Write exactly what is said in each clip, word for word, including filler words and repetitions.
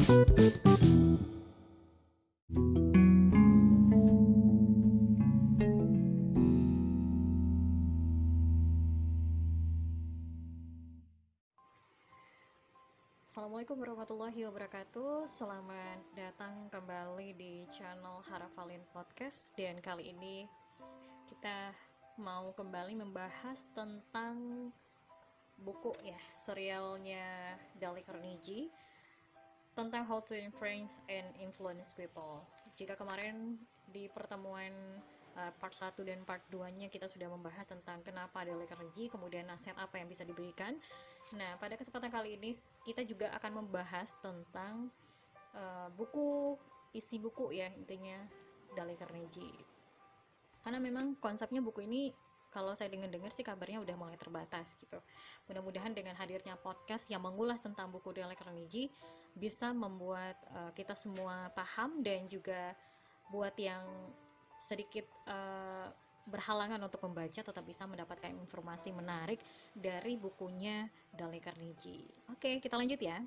Assalamualaikum warahmatullahi wabarakatuh. Selamat datang kembali di channel Harafalin Podcast. Dan kali ini kita mau kembali membahas tentang buku ya, serialnya Dale Carnegie tentang How to Influence and Influence People. Jika kemarin di pertemuan uh, part satu dan part dua-nya kita sudah membahas tentang kenapa Dale Carnegie, kemudian nasihat apa yang bisa diberikan. Nah, pada kesempatan kali ini kita juga akan membahas tentang uh, buku, isi buku ya, intinya Dale Carnegie. Karena memang konsepnya buku ini, kalau saya dengar-dengar sih kabarnya udah mulai terbatas gitu. Mudah-mudahan dengan hadirnya podcast yang mengulas tentang buku Dale Carnegie bisa membuat uh, kita semua paham, dan juga buat yang sedikit uh, berhalangan untuk membaca tetap bisa mendapatkan informasi menarik dari bukunya Dale Carnegie. Oke, kita lanjut ya.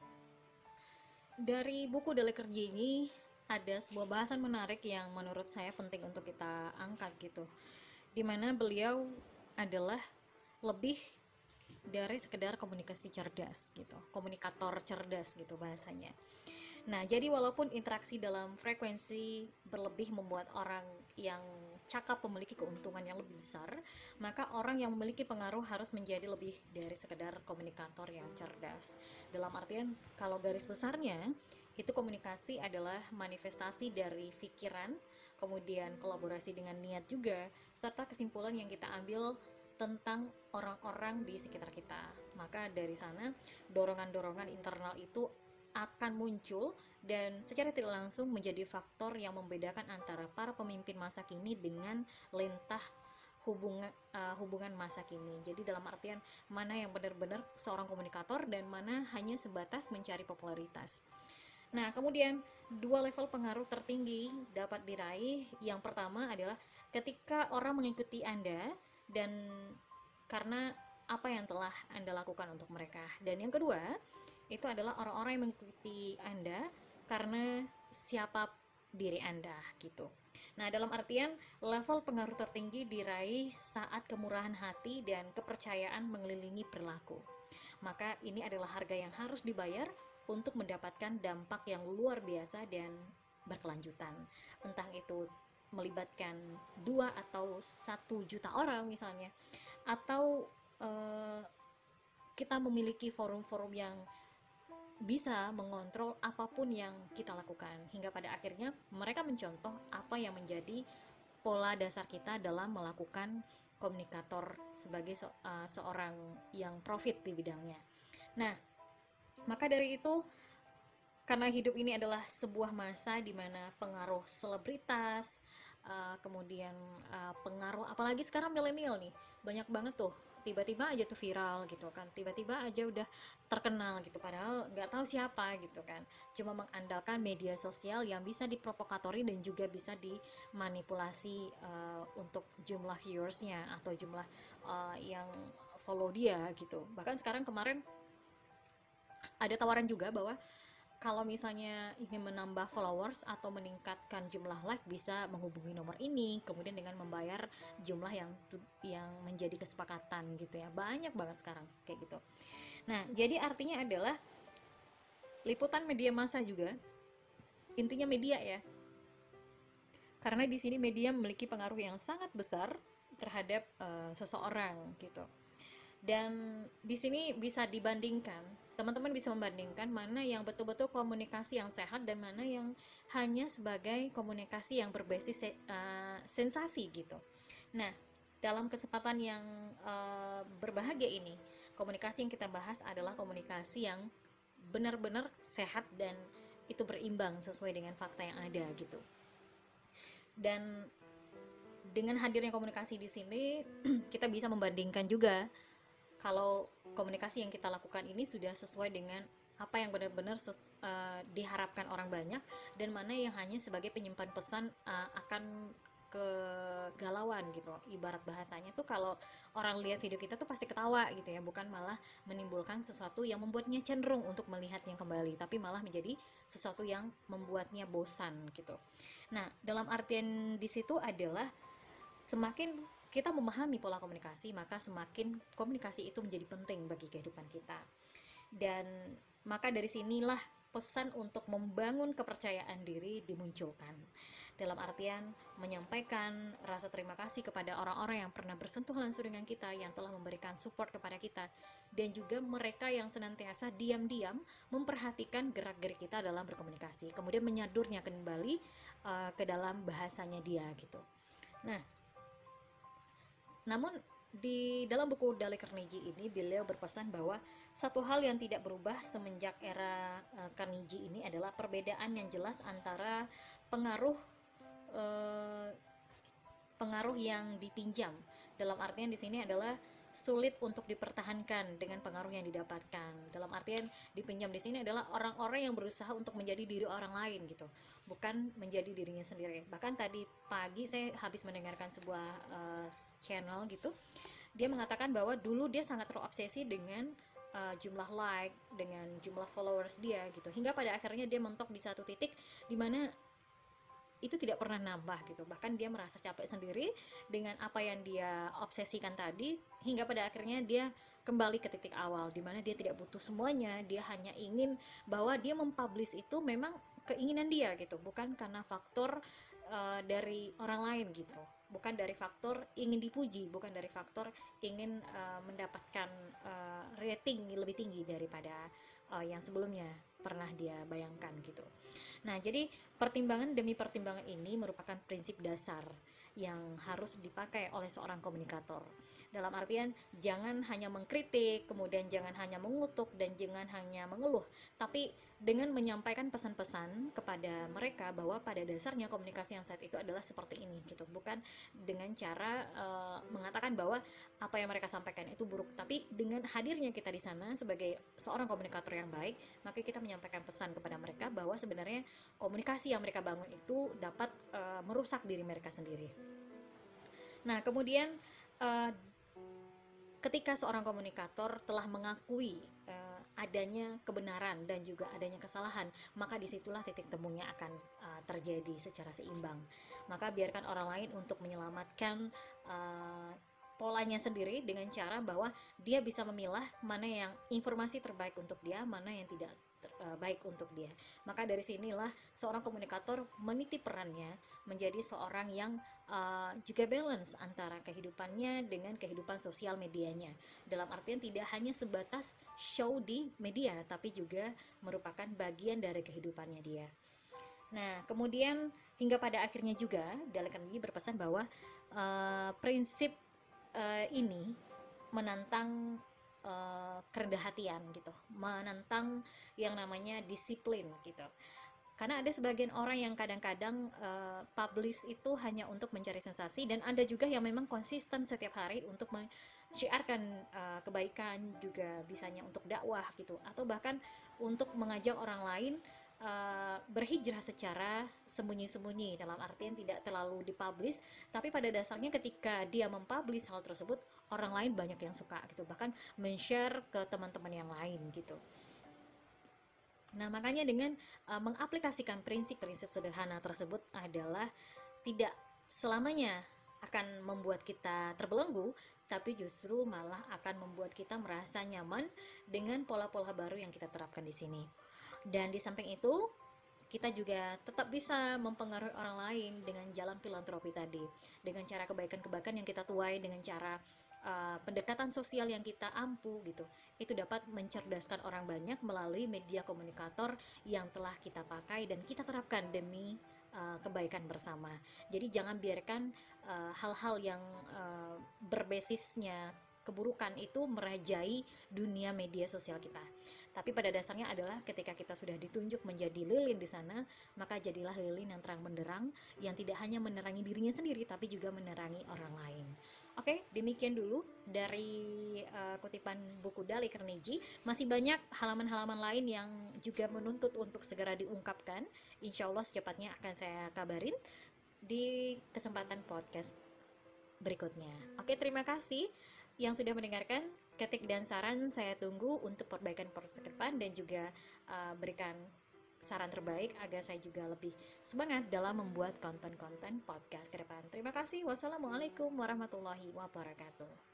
Dari buku Dale Carnegie ini ada sebuah bahasan menarik yang menurut saya penting untuk kita angkat gitu, dimana beliau adalah lebih dari sekedar komunikasi cerdas gitu, komunikator cerdas gitu bahasanya. Nah, jadi walaupun interaksi dalam frekuensi berlebih membuat orang yang cakap memiliki keuntungan yang lebih besar, maka orang yang memiliki pengaruh harus menjadi lebih dari sekedar komunikator yang cerdas. Dalam artian, kalau garis besarnya, itu komunikasi adalah manifestasi dari pikiran, kemudian kolaborasi dengan niat juga, serta kesimpulan yang kita ambil tentang orang-orang di sekitar kita. Maka dari sana, dorongan-dorongan internal itu akan muncul dan secara tidak langsung menjadi faktor yang membedakan antara para pemimpin masa kini dengan lintah hubungan uh, hubungan masa kini. Jadi dalam artian mana yang benar-benar seorang komunikator dan mana hanya sebatas mencari popularitas. Nah, kemudian dua level pengaruh tertinggi dapat diraih. Yang pertama adalah ketika orang mengikuti Anda dan karena apa yang telah Anda lakukan untuk mereka. Dan yang kedua, itu adalah orang-orang yang mengikuti Anda karena siapa diri Anda gitu. Nah, dalam artian level pengaruh tertinggi diraih saat kemurahan hati dan kepercayaan mengelilingi perilaku. Maka ini adalah harga yang harus dibayar untuk mendapatkan dampak yang luar biasa dan berkelanjutan. Entah itu melibatkan dua atau satu juta orang misalnya, atau eh, kita memiliki forum-forum yang bisa mengontrol apapun yang kita lakukan, hingga pada akhirnya mereka mencontoh apa yang menjadi pola dasar kita dalam melakukan komunikator sebagai se uh, seorang yang profit di bidangnya. Nah, maka dari itu, karena hidup ini adalah sebuah masa di mana pengaruh selebritas, uh, kemudian uh, pengaruh, apalagi sekarang milenial nih, banyak banget tuh, tiba-tiba aja tuh viral gitu kan, tiba-tiba aja udah terkenal gitu, padahal nggak tahu siapa gitu kan, cuma mengandalkan media sosial yang bisa diprovokatori dan juga bisa dimanipulasi uh, untuk jumlah viewersnya atau jumlah uh, yang follow dia gitu. Bahkan sekarang kemarin ada tawaran juga bahwa kalau misalnya ingin menambah followers atau meningkatkan jumlah like bisa menghubungi nomor ini, kemudian dengan membayar jumlah yang yang menjadi kesepakatan gitu ya. Banyak banget sekarang kayak gitu. Nah, jadi artinya adalah liputan media massa juga, intinya media ya. Karena di sini media memiliki pengaruh yang sangat besar terhadap uh, seseorang gitu. Dan di sini bisa dibandingkan, teman-teman bisa membandingkan mana yang betul-betul komunikasi yang sehat dan mana yang hanya sebagai komunikasi yang berbasis uh, sensasi gitu. Nah, dalam kesempatan yang uh, berbahagia ini, komunikasi yang kita bahas adalah komunikasi yang benar-benar sehat dan itu berimbang sesuai dengan fakta yang ada gitu. Dan dengan hadirnya komunikasi di sini, kita bisa membandingkan juga kalau komunikasi yang kita lakukan ini sudah sesuai dengan apa yang benar-benar ses, uh, diharapkan orang banyak, dan mana yang hanya sebagai penyimpan pesan uh, akan kegalauan gitu. Ibarat bahasanya tuh kalau orang lihat video kita tuh pasti ketawa gitu ya, bukan malah menimbulkan sesuatu yang membuatnya cenderung untuk melihatnya kembali, tapi malah menjadi sesuatu yang membuatnya bosan gitu. Nah, dalam artian di situ adalah semakin kita memahami pola komunikasi, maka semakin komunikasi itu menjadi penting bagi kehidupan kita. Dan maka dari sinilah pesan untuk membangun kepercayaan diri dimunculkan, dalam artian menyampaikan rasa terima kasih kepada orang-orang yang pernah bersentuh langsung dengan kita, yang telah memberikan support kepada kita, dan juga mereka yang senantiasa diam-diam memperhatikan gerak-gerik kita dalam berkomunikasi, kemudian menyadurnya kembali uh, ke dalam bahasanya dia gitu. Nah, namun di dalam buku Dale Carnegie ini, beliau berpesan bahwa satu hal yang tidak berubah semenjak era uh, Carnegie ini adalah perbedaan yang jelas antara pengaruh uh, pengaruh yang dipinjam. Dalam artian di sini adalah sulit untuk dipertahankan dengan pengaruh yang didapatkan. Dalam artian dipinjam di sini adalah orang-orang yang berusaha untuk menjadi diri orang lain gitu, bukan menjadi dirinya sendiri. Bahkan tadi pagi saya habis mendengarkan sebuah uh, channel gitu, dia mengatakan bahwa dulu dia sangat terobsesi dengan uh, jumlah like, dengan jumlah followers dia gitu, hingga pada akhirnya dia mentok di satu titik di mana itu tidak pernah nambah gitu. Bahkan dia merasa capek sendiri dengan apa yang dia obsesikan tadi, hingga pada akhirnya dia kembali ke titik awal di mana dia tidak butuh semuanya. Dia hanya ingin bahwa dia mempublish itu memang keinginan dia gitu, bukan karena faktor uh, dari orang lain gitu, bukan dari faktor ingin dipuji, bukan dari faktor ingin uh, mendapatkan uh, rating lebih tinggi daripada uh, yang sebelumnya pernah dia bayangkan gitu. Nah, jadi pertimbangan demi pertimbangan ini merupakan prinsip dasar yang harus dipakai oleh seorang komunikator. Dalam artian jangan hanya mengkritik, kemudian jangan hanya mengutuk, dan jangan hanya mengeluh, tapi dengan menyampaikan pesan-pesan kepada mereka bahwa pada dasarnya komunikasi yang saat itu adalah seperti ini gitu, bukan dengan cara uh, mengatakan bahwa apa yang mereka sampaikan itu buruk, tapi dengan hadirnya kita di sana sebagai seorang komunikator yang baik, maka kita menyampaikan pesan kepada mereka bahwa sebenarnya komunikasi yang mereka bangun itu dapat uh, merusak diri mereka sendiri. Nah, kemudian uh, ketika seorang komunikator telah mengakui uh, adanya kebenaran dan juga adanya kesalahan, maka disitulah titik temunya akan uh, terjadi secara seimbang. Maka biarkan orang lain untuk menyelamatkan uh, polanya sendiri dengan cara bahwa dia bisa memilah mana yang informasi terbaik untuk dia, mana yang tidak ter, uh, baik untuk dia. Maka dari sinilah seorang komunikator meniti perannya menjadi seorang yang uh, juga balance antara kehidupannya dengan kehidupan sosial medianya. Dalam artian tidak hanya sebatas show di media, tapi juga merupakan bagian dari kehidupannya dia. Nah, kemudian hingga pada akhirnya juga Dale Carnegie berpesan bahwa uh, prinsip uh, ini menantang uh, kerendah hatian gitu, menantang yang namanya disiplin gitu. Karena ada sebagian orang yang kadang-kadang uh, publish itu hanya untuk mencari sensasi, dan ada juga yang memang konsisten setiap hari untuk menyiarkan uh, kebaikan, juga bisanya untuk dakwah gitu, atau bahkan untuk mengajak orang lain uh, berhijrah secara sembunyi-sembunyi, dalam artian tidak terlalu dipublish, tapi pada dasarnya ketika dia mempublish hal tersebut, orang lain banyak yang suka gitu, bahkan men-share ke teman-teman yang lain gitu. Nah, makanya dengan uh, mengaplikasikan prinsip-prinsip sederhana tersebut adalah tidak selamanya akan membuat kita terbelenggu, tapi justru malah akan membuat kita merasa nyaman dengan pola-pola baru yang kita terapkan di sini. Dan di samping itu, kita juga tetap bisa mempengaruhi orang lain dengan jalan filantropi tadi, dengan cara kebaikan-kebaikan yang kita tuai, dengan cara Uh, pendekatan sosial yang kita ampuh gitu, itu dapat mencerdaskan orang banyak melalui media komunikator yang telah kita pakai dan kita terapkan demi uh, kebaikan bersama. Jadi jangan biarkan uh, hal-hal yang uh, berbasisnya keburukan itu merajai dunia media sosial kita. Tapi pada dasarnya adalah ketika kita sudah ditunjuk menjadi lilin di sana, maka jadilah lilin yang terang benderang, yang tidak hanya menerangi dirinya sendiri, tapi juga menerangi orang lain. Oke, demikian dulu dari uh, kutipan buku Dale Carnegie. Masih banyak halaman-halaman lain yang juga menuntut untuk segera diungkapkan. Insya Allah secepatnya akan saya kabarin. di kesempatan podcast berikutnya. Oke, terima kasih yang sudah mendengarkan. Ketik dan saran saya tunggu untuk perbaikan podcast ke depan, dan juga uh, berikan saran terbaik agar saya juga lebih semangat dalam membuat konten-konten podcast ke depan. Terima kasih. Wassalamualaikum warahmatullahi wabarakatuh.